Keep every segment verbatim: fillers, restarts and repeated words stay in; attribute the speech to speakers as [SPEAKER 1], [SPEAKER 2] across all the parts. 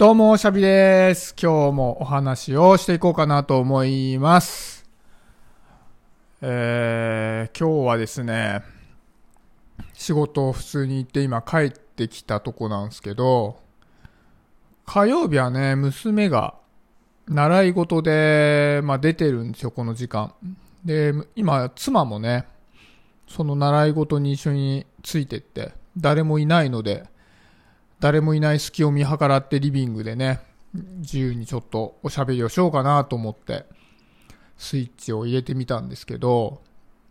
[SPEAKER 1] どうも、シャビです。今日もお話をしていこうかなと思います。えー、今日はですね、仕事を普通に行って今帰ってきたとこなんですけど、火曜日はね、娘が習い事で、まあ、出てるんですよ、この時間。で、今、妻もね、その習い事に一緒についてって、誰もいないので、誰もいない隙を見計らってリビングでね、自由にちょっとおしゃべりをしようかなと思ってスイッチを入れてみたんですけど、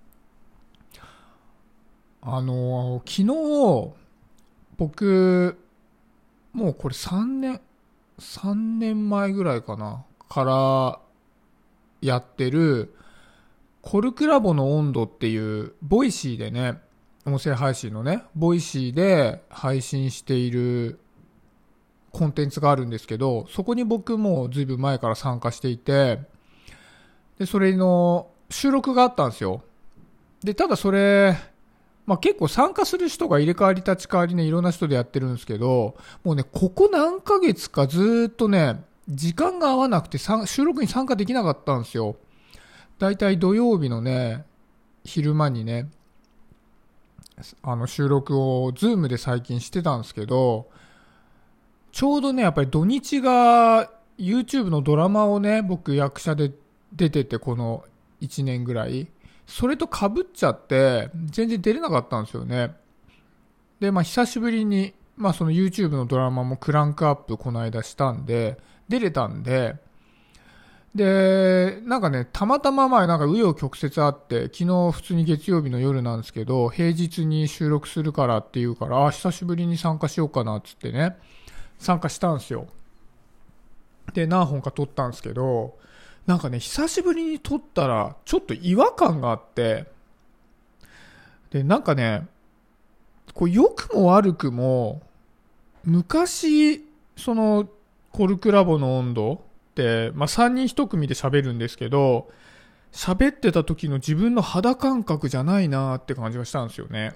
[SPEAKER 1] あの昨日僕もうこれさんねんさんねんまえぐらいかなからやってるコルクラボの温度っていうボイシーでね、音声配信のね、ボイシーで配信しているコンテンツがあるんですけど、そこに僕もずいぶん前から参加していて、で、それの収録があったんですよ。で、ただそれ、まあ結構参加する人が入れ替わり立ち替わりね、いろんな人でやってるんですけど、もうね、ここ何ヶ月かずーっとね、時間が合わなくて収録に参加できなかったんですよ。だいたい土曜日のね、昼間にね、あの収録をズームで最近してたんですけど、ちょうどね、やっぱり土日が YouTube のドラマをね、僕役者で出てて、このいちねんぐらい。それと被っちゃって、全然出れなかったんですよね。で、まあ久しぶりに、まあその YouTube のドラマもクランクアップこの間したんで、出れたんで、で、なんかね、たまたま前なんか紆余曲折あって、昨日普通に月曜日の夜なんですけど、平日に収録するからって言うから、あ、久しぶりに参加しようかなっつってね、参加したんですよ。で、何本か撮ったんですけど、なんかね、久しぶりに撮ったら、ちょっと違和感があって、で、なんかね、こう良くも悪くも、昔、その、コルクラボの温度って、まあ、さんにんいち組で喋るんですけど、喋ってた時の自分の肌感覚じゃないなーって感じがしたんですよね。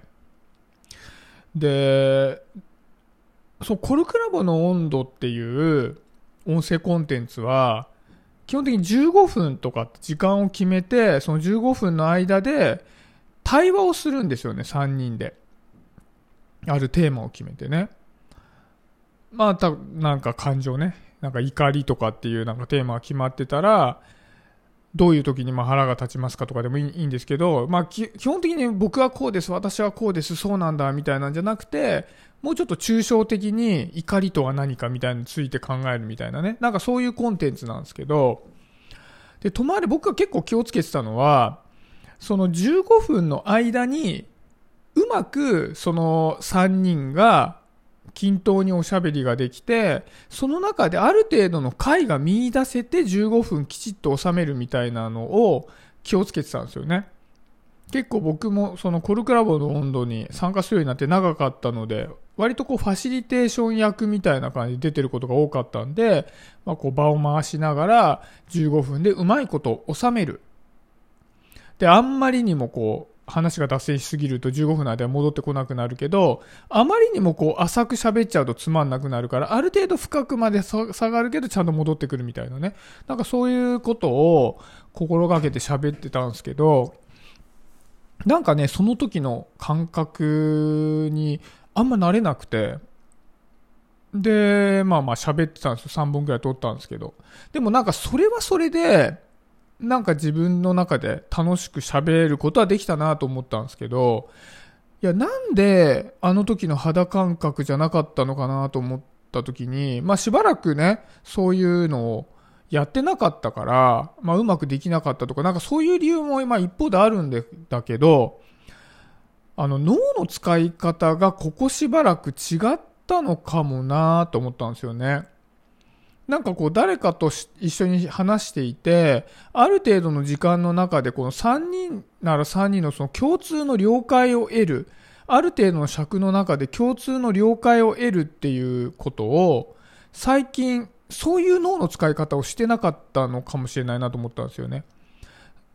[SPEAKER 1] で、そう、コルクラボの温度っていう音声コンテンツは、基本的にじゅうごふんとか時間を決めて、そのじゅうごふんの間で対話をするんですよね、さんにんで。あるテーマを決めてね。まあ、た、なんか感情ね。なんか怒りとかっていうなんかテーマが決まってたら、どういう時にまあ腹が立ちますかとかでもいいんですけど、まあ基本的に僕はこうです、私はこうです、そうなんだみたいなんじゃなくて、もうちょっと抽象的に怒りとは何かみたいについて考えるみたいなね。なんかそういうコンテンツなんですけど、で、とまれ僕が結構気をつけてたのは、そのじゅうごふんの間に、うまくそのさんにんが均等におしゃべりができて、その中である程度の解が見出せてじゅうごふんきちっと収めるみたいなのを気をつけてたんですよね。結構僕もそのコルクラボの温度に参加するようになって長かったので、割とこうファシリテーション役みたいな感じで出てることが多かったんで、まあこう場を回しながらじゅうごふんでうまいこと収める。で、あんまりにもこう話が脱線しすぎるとじゅうごふんの間に戻ってこなくなるけど、あまりにもこう浅く喋っちゃうとつまんなくなるから、ある程度深くまで下がるけどちゃんと戻ってくるみたいなね。なんかそういうことを心がけて喋ってたんですけど、なんかね、その時の感覚にあんま慣れなくて、で、まあまあ喋ってたんですよ。さんぼんくらい撮ったんですけど。でもなんかそれはそれで、なんか自分の中で楽しく喋ることはできたなと思ったんですけど、いや、なんであの時の肌感覚じゃなかったのかなと思った時に、まあしばらくね、そういうのをやってなかったから、まあうまくできなかったとか、なんかそういう理由もまあ一方であるんだけど、あの脳の使い方がここしばらく違ったのかもなと思ったんですよね。なんかこう誰かと一緒に話していて、ある程度の時間の中でこのさんにんならさんにんのその共通の了解を得る。ある程度の尺の中で共通の了解を得るっていうことを、最近そういう脳の使い方をしてなかったのかもしれないなと思ったんですよね。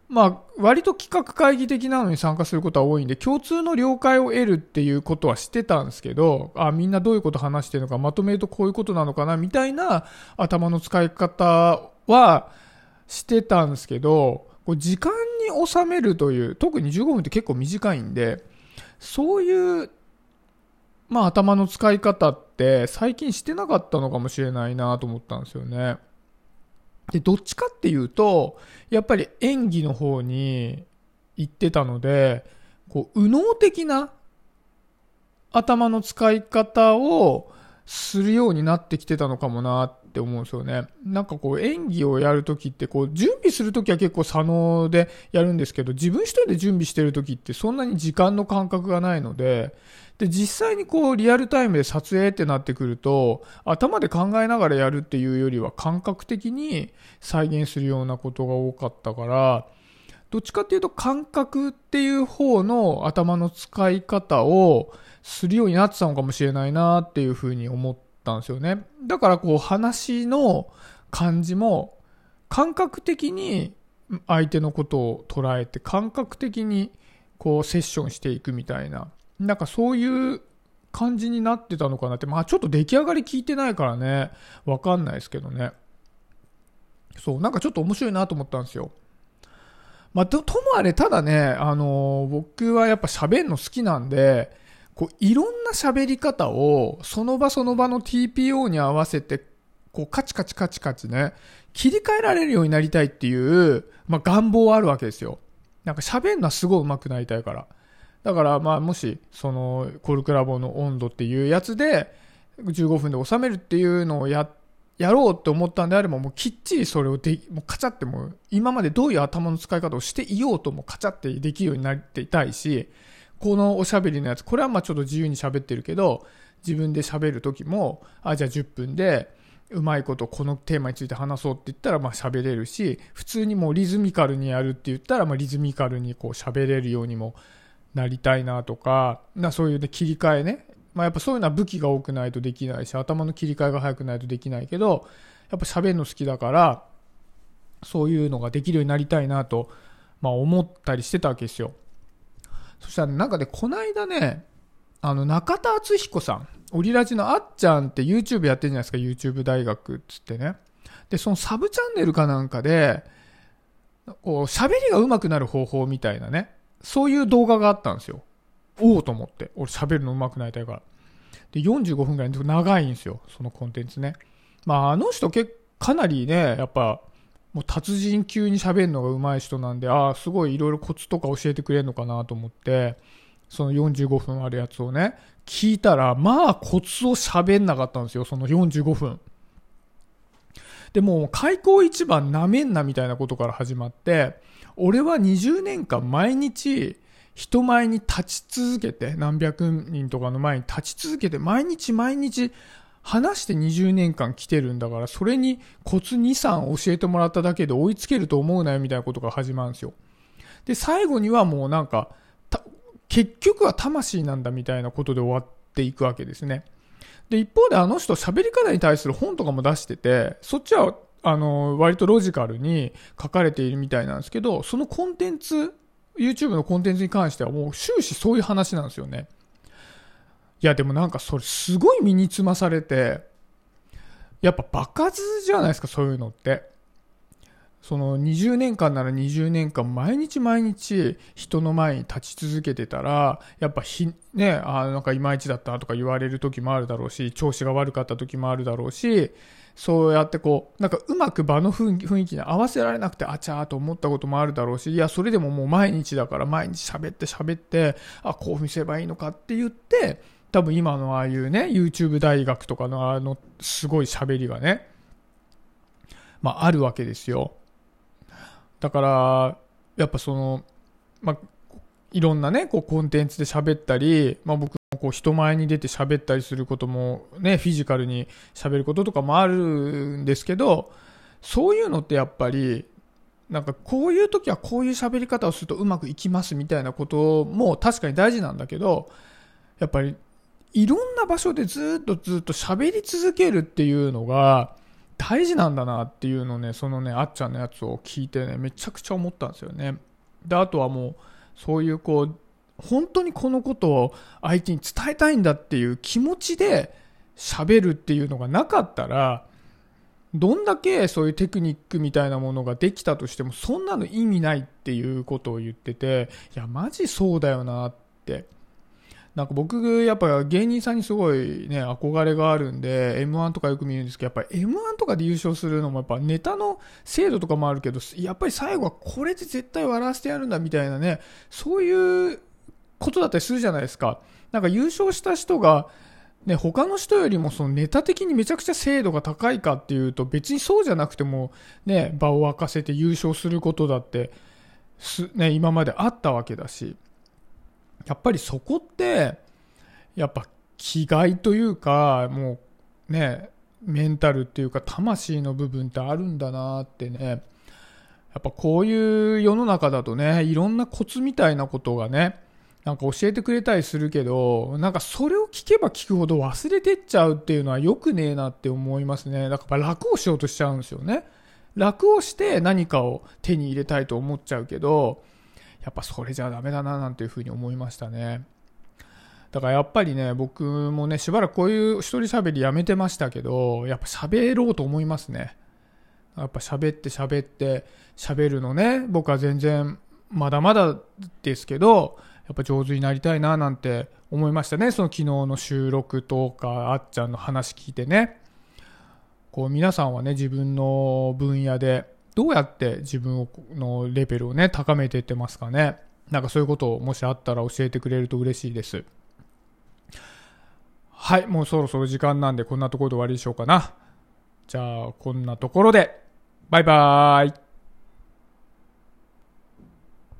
[SPEAKER 1] まあ、割と企画会議的なのに参加することは多いんで、共通の了解を得るっていうことはしてたんですけど、あ、みんなどういうこと話してるのか、まとめるとこういうことなのかな、みたいな頭の使い方はしてたんですけど、こう時間に収めるという、特にじゅうごふんって結構短いんで、そういう、まあ頭の使い方って最近してなかったのかもしれないなと思ったんですよね。で、どっちかっていうと、やっぱり演技の方に行ってたので、こう、右脳的な頭の使い方をするようになってきてたのかもなって思うんですよね。なんかこう、演技をやるときって、こう、準備するときは結構左脳でやるんですけど、自分一人で準備してるときってそんなに時間の感覚がないので、で、実際にこう、リアルタイムで撮影ってなってくると、頭で考えながらやるっていうよりは感覚的に再現するようなことが多かったから、どっちかっていうと感覚っていう方の頭の使い方をするようになってたのかもしれないなっていうふうに思ったんですよね。だからこう、話の感じも感覚的に相手のことを捉えて、感覚的にこう、セッションしていくみたいな、なんかそういう感じになってたのかなって。まあちょっと出来上がり聞いてないからね、わかんないですけどね。そう、なんかちょっと面白いなと思ったんですよ。まあと、ともあれ、ただね、あのー、僕はやっぱ喋るの好きなんで、こう、いろんな喋り方を、その場その場の ティーピーオー に合わせて、こう、カチカチカチカチね、切り替えられるようになりたいっていう、まあ願望はあるわけですよ。なんか喋るのはすごい上手くなりたいから。だからまあもしそのコルクラボの温度っていうやつでじゅうごふんで収めるっていうのをややろうと思ったんであればもうきっちりそれをでもうカチャってもう今までどういう頭の使い方をしていようともカチャってできるようになっていたいし、このおしゃべりのやつこれはまあちょっと自由に喋ってるけど自分で喋る時もあじゃあじゅっぷんでうまいことこのテーマについて話そうって言ったらまあ喋れるし、普通にもうリズミカルにやるって言ったらまあリズミカルにこう喋れるようにもなりたいなとか、なそういう、ね、切り替えね、まあ、やっぱそういうのは武器が多くないとできないし頭の切り替えが早くないとできないけど、やっぱ喋るの好きだからそういうのができるようになりたいなと、まあ、思ったりしてたわけですよ。そしたらなんかねこの間ね、あの中田敦彦さん、オリラジのあっちゃんって YouTube やってるじゃないですか、 YouTube 大学っつってね。でそのサブチャンネルかなんかでこう喋りが上手くなる方法みたいなね、そういう動画があったんですよ。おおと思って。俺喋るの上手くなりたいから。で、よんじゅうごふんぐらい長いんですよ。そのコンテンツね。まあ、あの人結構かなりね、やっぱ、もう達人級に喋るのが上手い人なんで、ああ、すごいいろいろコツとか教えてくれるのかなと思って、そのよんじゅうごふんあるやつをね、聞いたら、まあ、コツを喋んなかったんですよ。そのよんじゅうごふん。で、もう開口一番なめんなみたいなことから始まって、俺はにじゅうねんかん毎日人前に立ち続けて、何百人とかの前に立ち続けて、毎日毎日話してにじゅうねんかん来てるんだから、それにコツに、さん教えてもらっただけで追いつけると思うなよみたいなことが始まるんですよ。で、最後にはもうなんか、結局は魂なんだみたいなことで終わっていくわけですね。で、一方であの人喋り方に対する本とかも出してて、そっちはあの割とロジカルに書かれているみたいなんですけど、そのコンテンツ、YouTube のコンテンツに関してはもう終始そういう話なんですよね。いやでもなんかそれすごい身につまされて、やっぱ場数じゃないですか、そういうのって。そのにじゅうねんかんならにじゅうねんかん毎日毎日人の前に立ち続けてたら、やっぱひね、あなんかいまいちだったとか言われる時もあるだろうし、調子が悪かった時もあるだろうし、そうやってこうなんかうまく場の雰囲気に合わせられなくてあちゃーと思ったこともあるだろうし、いやそれでももう毎日だから毎日喋って喋ってあこう見せばいいのかって言って、多分今のああいうね YouTube 大学とかのあのすごい喋りがね、まああるわけですよ。だからやっぱそのまあいろんなねこうコンテンツで喋ったり、まあ僕もこう人前に出て喋ったりすることもね、フィジカルに喋ることとかもあるんですけど、そういうのってやっぱりなんかこういう時はこういう喋り方をするとうまくいきますみたいなことも確かに大事なんだけど、やっぱりいろんな場所でずっとずっと喋り続けるっていうのが大事なんだなっていうのをね、そのねあっちゃんのやつを聞いてねめちゃくちゃ思ったんですよね。 で、あとはもう、そういうこう、本当にこのことを相手に伝えたいんだっていう気持ちで喋るっていうのがなかったら、どんだけそういうテクニックみたいなものができたとしても、そんなの意味ないっていうことを言ってて、いや、マジそうだよなって。なんか僕、やっぱ芸人さんにすごいね、憧れがあるんで、エムワン とかよく見るんですけど、やっぱり エムワン とかで優勝するのもやっぱネタの精度とかもあるけど、やっぱり最後はこれで絶対笑わせてやるんだみたいなね、そういうことだったりするじゃないですか。なんか優勝した人が、ね、他の人よりもそのネタ的にめちゃくちゃ精度が高いかっていうと、別にそうじゃなくても、ね、場を沸かせて優勝することだってす、ね、今まであったわけだし、やっぱりそこってやっぱ気概というか、もうね、メンタルっていうか魂の部分ってあるんだなってね。やっぱこういう世の中だとね、いろんなコツみたいなことがね、なんか教えてくれたりするけど、なんかそれを聞けば聞くほど忘れてっちゃうっていうのは良くねえなって思いますね。だから楽をしようとしちゃうんですよね。楽をして何かを手に入れたいと思っちゃうけど、やっぱそれじゃダメだななんていうふうに思いましたね。だからやっぱりね、僕もね、しばらくこういう一人喋りやめてましたけど、やっぱ喋ろうと思いますね。やっぱ喋って喋って喋るのね、僕は全然まだまだですけど、やっぱ上手になりたいななんて思いましたね。その昨日の収録とかあっちゃんの話聞いてね、こう皆さんはね、自分の分野でどうやって自分のレベルをね高めていってますかね。なんかそういうことをもしあったら教えてくれると嬉しいです。はい、もうそろそろ時間なんでこんなところで終わりでしょうかな。じゃあこんなところでバイバーイ。